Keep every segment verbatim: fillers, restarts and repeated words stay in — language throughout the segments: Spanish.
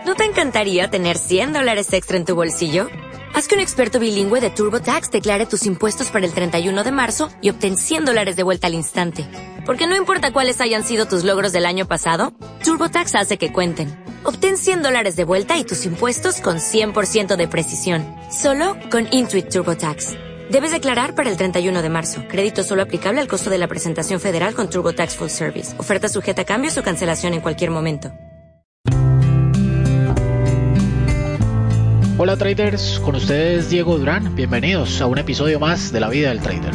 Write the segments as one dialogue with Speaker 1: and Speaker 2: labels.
Speaker 1: ¿No te encantaría tener cien dólares extra en tu bolsillo? Haz que un experto bilingüe de TurboTax declare tus impuestos para el treinta y uno de marzo y obtén cien dólares de vuelta al instante. Porque no importa cuáles hayan sido tus logros del año pasado, TurboTax hace que cuenten. Obtén cien dólares de vuelta y tus impuestos con cien por ciento de precisión. Solo con Intuit TurboTax. Debes declarar para el treinta y uno de marzo. Crédito solo aplicable al costo de la presentación federal con TurboTax Full Service. Oferta sujeta a cambios o cancelación en cualquier momento.
Speaker 2: Hola traders, con ustedes Diego Durán. Bienvenidos a un episodio más de La Vida del Trader.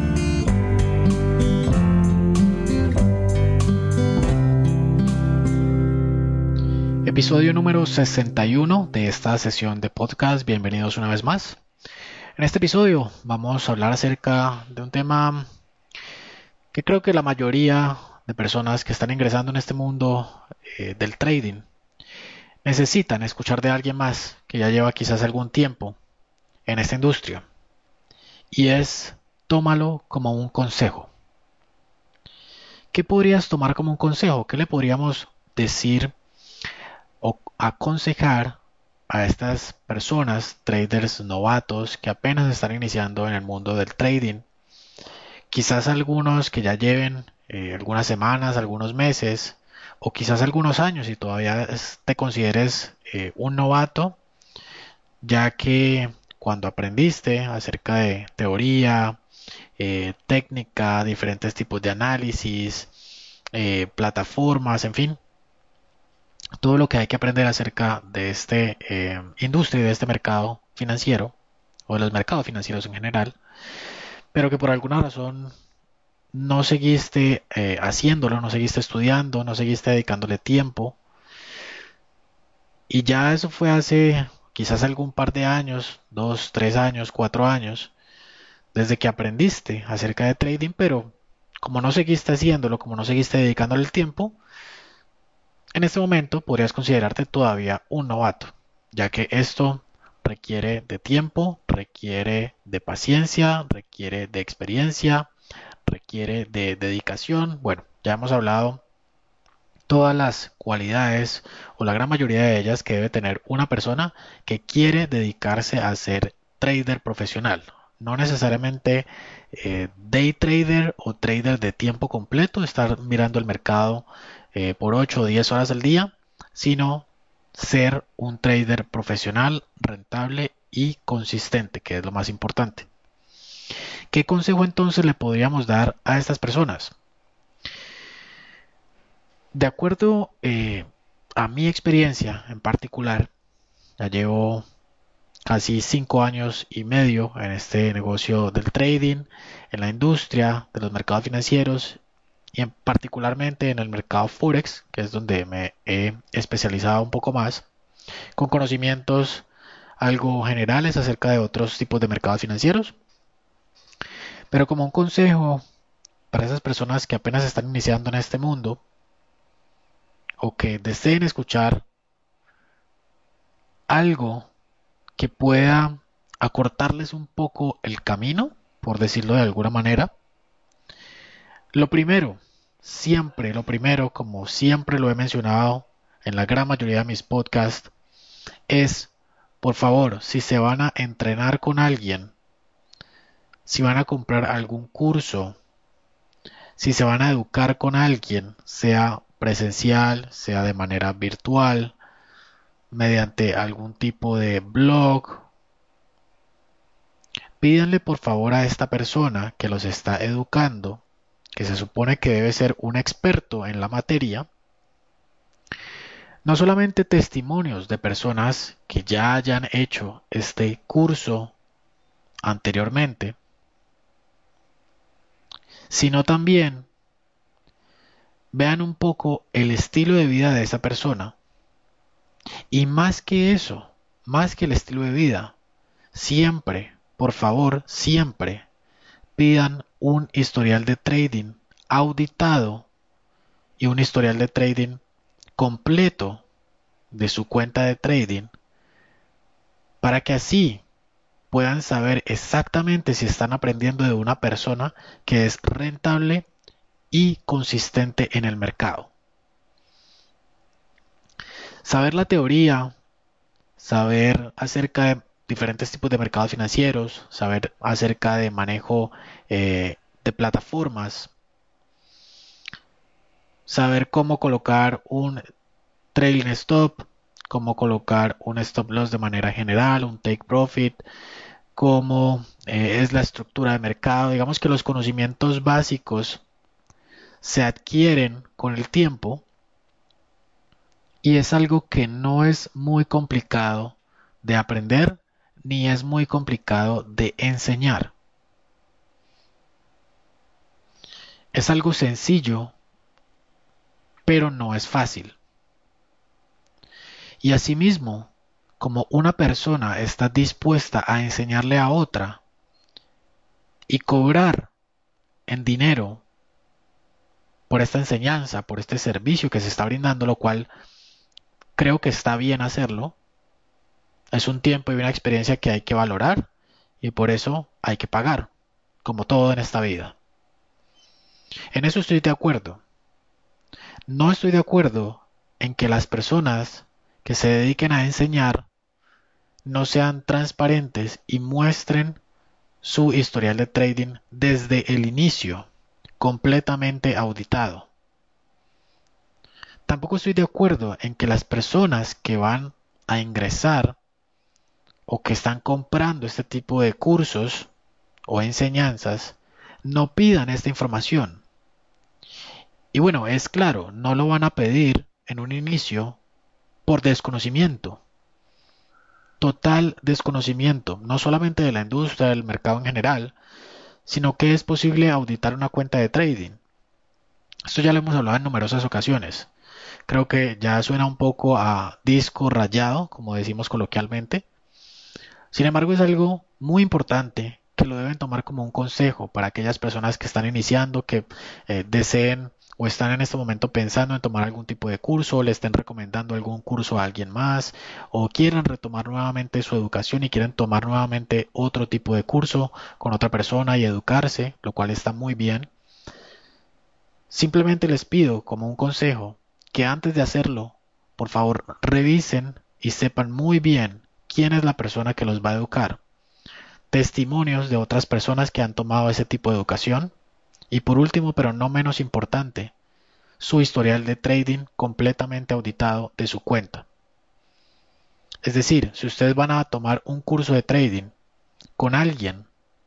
Speaker 2: Episodio número sesenta y uno de esta sesión de podcast. Bienvenidos una vez más. En este episodio vamos a hablar acerca de un tema que creo que la mayoría de personas que están ingresando en este mundo eh, del trading necesitan escuchar de alguien más que ya lleva quizás algún tiempo en esta industria, y es: tómalo como un consejo. ¿Qué podrías tomar como un consejo? ¿Qué le podríamos decir o aconsejar a estas personas, traders novatos que apenas están iniciando en el mundo del trading? Quizás algunos que ya lleven eh, algunas semanas, algunos meses, o quizás algunos años y todavía es, te consideres eh, un novato, ya que cuando aprendiste acerca de teoría, eh, técnica, diferentes tipos de análisis, eh, plataformas, en fin, todo lo que hay que aprender acerca de esta eh, industria y de este mercado financiero, o de los mercados financieros en general, pero que por alguna razón no seguiste eh, haciéndolo, no seguiste estudiando, no seguiste dedicándole tiempo, y ya eso fue hace quizás algún par de años, dos, tres años, cuatro años, desde que aprendiste acerca de trading, pero como no seguiste haciéndolo, como no seguiste dedicándole el tiempo, en este momento podrías considerarte todavía un novato, ya que esto requiere de tiempo, requiere de paciencia, requiere de experiencia, requiere de dedicación. Bueno, ya hemos hablado todas las cualidades, o la gran mayoría de ellas, que debe tener una persona que quiere dedicarse a ser trader profesional. No necesariamente eh, day trader o trader de tiempo completo, estar mirando el mercado eh, por ocho o diez horas al día, sino ser un trader profesional, rentable y consistente, que es lo más importante. ¿Qué consejo entonces le podríamos dar a estas personas? De acuerdo eh, a mi experiencia en particular, ya llevo casi cinco años y medio en este negocio del trading, en la industria de los mercados financieros y en particularmente en el mercado Forex, que es donde me he especializado un poco más, con conocimientos algo generales acerca de otros tipos de mercados financieros. Pero como un consejo para esas personas que apenas están iniciando en este mundo, o que deseen escuchar algo que pueda acortarles un poco el camino, por decirlo de alguna manera, lo primero, siempre, lo primero, como siempre lo he mencionado en la gran mayoría de mis podcasts, es: por favor, si se van a entrenar con alguien, si van a comprar algún curso, si se van a educar con alguien, sea presencial, sea de manera virtual, mediante algún tipo de blog, pídanle por favor a esta persona que los está educando, que se supone que debe ser un experto en la materia, no solamente testimonios de personas que ya hayan hecho este curso anteriormente, sino también vean un poco el estilo de vida de esa persona. Y más que eso, más que el estilo de vida, siempre, por favor, siempre pidan un historial de trading auditado y un historial de trading completo de su cuenta de trading, para que así puedan saber exactamente si están aprendiendo de una persona que es rentable y consistente en el mercado. Saber la teoría, saber acerca de diferentes tipos de mercados financieros, saber acerca de manejo eh, de plataformas, saber cómo colocar un trailing stop, cómo colocar un stop loss de manera general, un take profit, cómo eh, es la estructura de mercado. Digamos que los conocimientos básicos se adquieren con el tiempo y es algo que no es muy complicado de aprender ni es muy complicado de enseñar. Es algo sencillo, pero no es fácil. Y asimismo, como una persona está dispuesta a enseñarle a otra y cobrar en dinero por esta enseñanza, por este servicio que se está brindando, lo cual creo que está bien hacerlo, es un tiempo y una experiencia que hay que valorar y por eso hay que pagar, como todo en esta vida. En eso estoy de acuerdo. No estoy de acuerdo en que las personas que se dediquen a enseñar no sean transparentes y muestren su historial de trading desde el inicio, completamente auditado. Tampoco estoy de acuerdo en que las personas que van a ingresar o que están comprando este tipo de cursos o enseñanzas no pidan esta información. Y bueno, es claro, no lo van a pedir en un inicio por desconocimiento. Total desconocimiento, no solamente de la industria, del mercado en general, sino que es posible auditar una cuenta de trading. Esto ya lo hemos hablado en numerosas ocasiones. Creo que ya suena un poco a disco rayado, como decimos coloquialmente. Sin embargo, es algo muy importante que lo deben tomar como un consejo para aquellas personas que están iniciando, que eh, deseen o están en este momento pensando en tomar algún tipo de curso, o le estén recomendando algún curso a alguien más, o quieran retomar nuevamente su educación y quieren tomar nuevamente otro tipo de curso con otra persona y educarse, lo cual está muy bien. Simplemente les pido como un consejo que antes de hacerlo, por favor, revisen y sepan muy bien quién es la persona que los va a educar. Testimonios de otras personas que han tomado ese tipo de educación. Y por último, pero no menos importante, su historial de trading completamente auditado de su cuenta. Es decir, si ustedes van a tomar un curso de trading con alguien,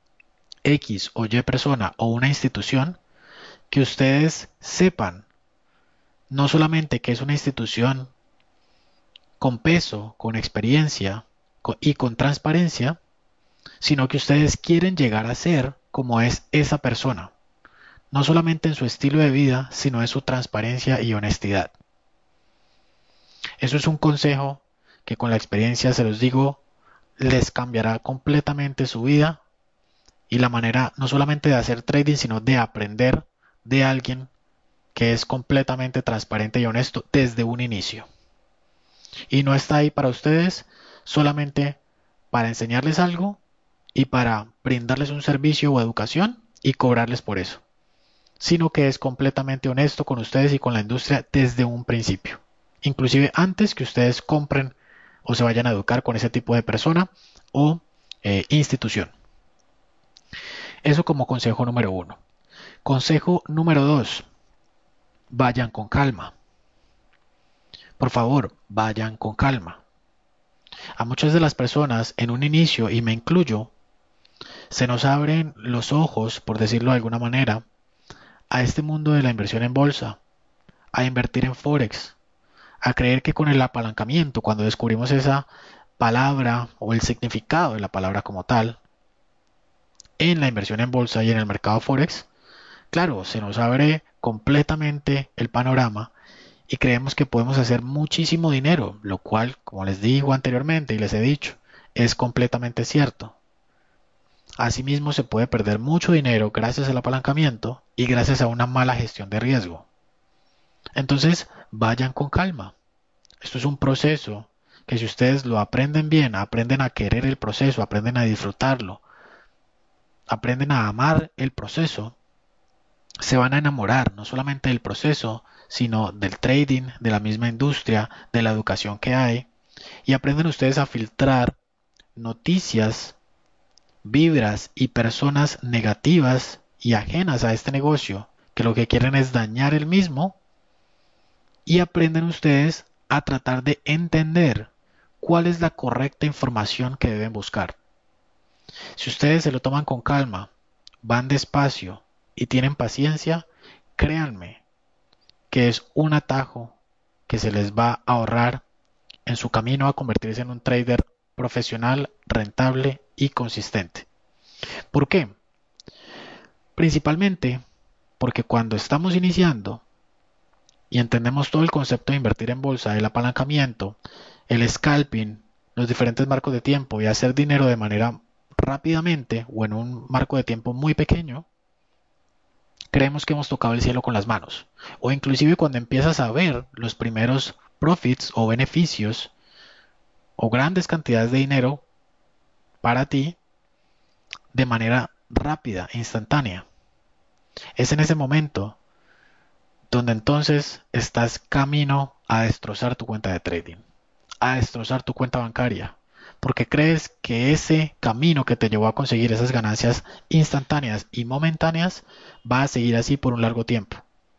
Speaker 2: X o Y persona o una institución, que ustedes sepan no solamente que es una institución con peso, con experiencia y con transparencia, sino que ustedes quieren llegar a ser como es esa persona. No solamente en su estilo de vida, sino en su transparencia y honestidad. Eso es un consejo que con la experiencia, se los digo, les cambiará completamente su vida y la manera no solamente de hacer trading, sino de aprender de alguien que es completamente transparente y honesto desde un inicio. Y no está ahí para ustedes solamente para enseñarles algo y para brindarles un servicio o educación y cobrarles por eso, sino que es completamente honesto con ustedes y con la industria desde un principio, inclusive antes que ustedes compren o se vayan a educar con ese tipo de persona o eh, institución. Eso como consejo número uno. Consejo número dos. Vayan con calma. Por favor, vayan con calma. A muchas de las personas en un inicio, y me incluyo, se nos abren los ojos, por decirlo de alguna manera, a este mundo de la inversión en bolsa, a invertir en Forex, a creer que con el apalancamiento, cuando descubrimos esa palabra o el significado de la palabra como tal, en la inversión en bolsa y en el mercado Forex, claro, se nos abre completamente el panorama y creemos que podemos hacer muchísimo dinero, lo cual, como les digo anteriormente y les he dicho, es completamente cierto. Asimismo, se puede perder mucho dinero gracias al apalancamiento y gracias a una mala gestión de riesgo. Entonces, vayan con calma. Esto es un proceso que si ustedes lo aprenden bien, aprenden a querer el proceso, aprenden a disfrutarlo, aprenden a amar el proceso, se van a enamorar no solamente del proceso, sino del trading, de la misma industria, de la educación que hay, y aprenden ustedes a filtrar noticias, vibras y personas negativas y ajenas a este negocio, que lo que quieren es dañar el mismo, y aprenden ustedes a tratar de entender cuál es la correcta información que deben buscar. Si ustedes se lo toman con calma, van despacio y tienen paciencia, créanme que es un atajo que se les va a ahorrar en su camino a convertirse en un trader profesional, rentable y consistente. ¿Por qué? Principalmente porque cuando estamos iniciando y entendemos todo el concepto de invertir en bolsa, el apalancamiento, el scalping, los diferentes marcos de tiempo y hacer dinero de manera rápidamente o en un marco de tiempo muy pequeño, creemos que hemos tocado el cielo con las manos. O inclusive cuando empiezas a ver los primeros profits o beneficios o grandes cantidades de dinero para ti de manera rápida e instantánea. Es en ese momento donde entonces estás camino a destrozar tu cuenta de trading, a destrozar tu cuenta bancaria, porque crees que ese camino que te llevó a conseguir esas ganancias instantáneas y momentáneas va a seguir así por un largo tiempo.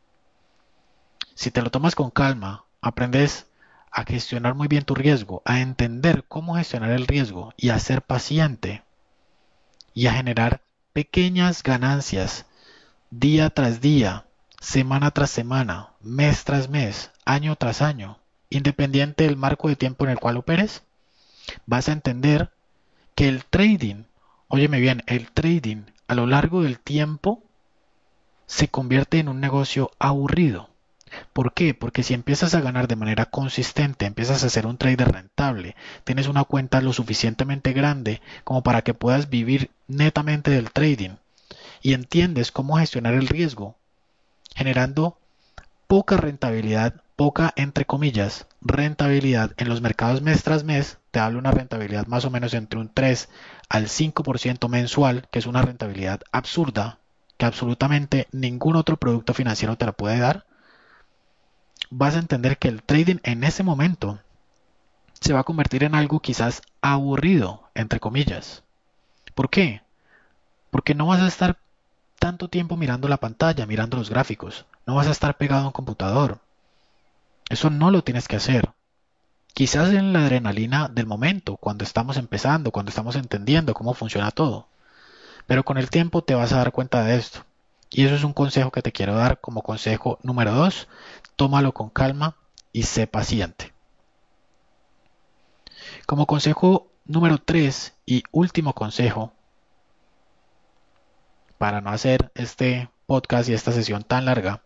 Speaker 2: Si te lo tomas con calma, aprendes a gestionar muy bien tu riesgo, a entender cómo gestionar el riesgo y a ser paciente y a generar pequeñas ganancias día tras día, semana tras semana, mes tras mes, año tras año, independiente del marco de tiempo en el cual operes, vas a entender que el trading, óyeme bien, el trading a lo largo del tiempo se convierte en un negocio aburrido. ¿Por qué? Porque si empiezas a ganar de manera consistente, empiezas a ser un trader rentable, tienes una cuenta lo suficientemente grande como para que puedas vivir netamente del trading y entiendes cómo gestionar el riesgo, generando poca rentabilidad, poca entre comillas, rentabilidad en los mercados mes tras mes, te hablo una rentabilidad más o menos entre un tres al cinco por ciento mensual, que es una rentabilidad absurda, que absolutamente ningún otro producto financiero te la puede dar. Vas a entender que el trading en ese momento se va a convertir en algo quizás aburrido, entre comillas. ¿Por qué? Porque no vas a estar tanto tiempo mirando la pantalla, mirando los gráficos. No vas a estar pegado a un computador. Eso no lo tienes que hacer. Quizás en la adrenalina del momento, cuando estamos empezando, cuando estamos entendiendo cómo funciona todo. Pero con el tiempo te vas a dar cuenta de esto. Y eso es un consejo que te quiero dar como consejo número dos. Tómalo con calma y sé paciente. Como consejo número tres y último consejo, para no hacer este podcast y esta sesión tan larga,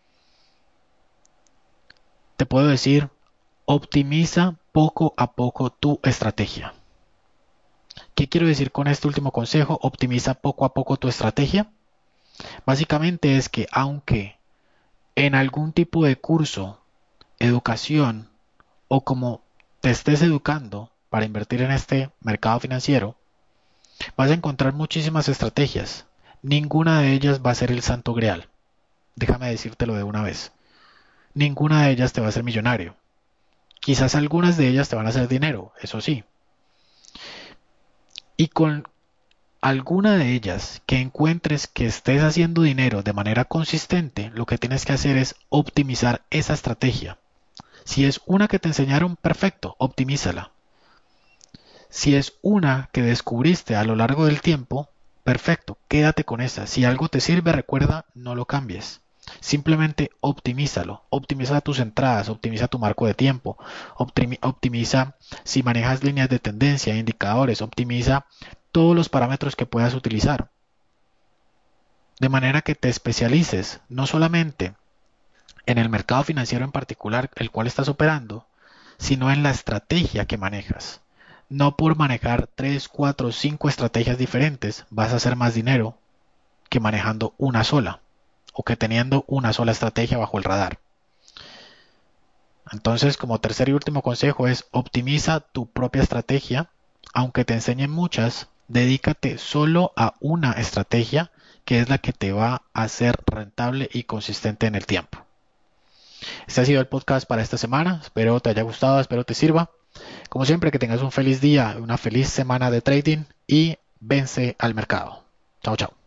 Speaker 2: te puedo decir, optimiza poco a poco tu estrategia. ¿Qué quiero decir con este último consejo? Optimiza poco a poco tu estrategia. Básicamente es que aunque en algún tipo de curso, educación o como te estés educando para invertir en este mercado financiero, vas a encontrar muchísimas estrategias. Ninguna de ellas va a ser el santo grial. Déjame decírtelo de una vez. Ninguna de ellas te va a hacer millonario. Quizás algunas de ellas te van a hacer dinero, eso sí. Y con alguna de ellas que encuentres que estés haciendo dinero de manera consistente, lo que tienes que hacer es optimizar esa estrategia. Si es una que te enseñaron, perfecto, optimízala. Si es una que descubriste a lo largo del tiempo, perfecto, quédate con esa. Si algo te sirve, recuerda, no lo cambies. Simplemente optimízalo, optimiza tus entradas, optimiza tu marco de tiempo, optimiza si manejas líneas de tendencia, indicadores, optimiza todos los parámetros que puedas utilizar. De manera que te especialices no solamente en el mercado financiero en particular el cual estás operando, sino en la estrategia que manejas. No por manejar tres, cuatro, cinco estrategias diferentes vas a hacer más dinero que manejando una sola o que teniendo una sola estrategia bajo el radar. Entonces, como tercer y último consejo es optimiza tu propia estrategia. Aunque te enseñen muchas, dedícate solo a una estrategia que es la que te va a hacer rentable y consistente en el tiempo. Este ha sido el podcast para esta semana. Espero te haya gustado, espero te sirva. Como siempre, que tengas un feliz día, una feliz semana de trading y vence al mercado. Chao, chao.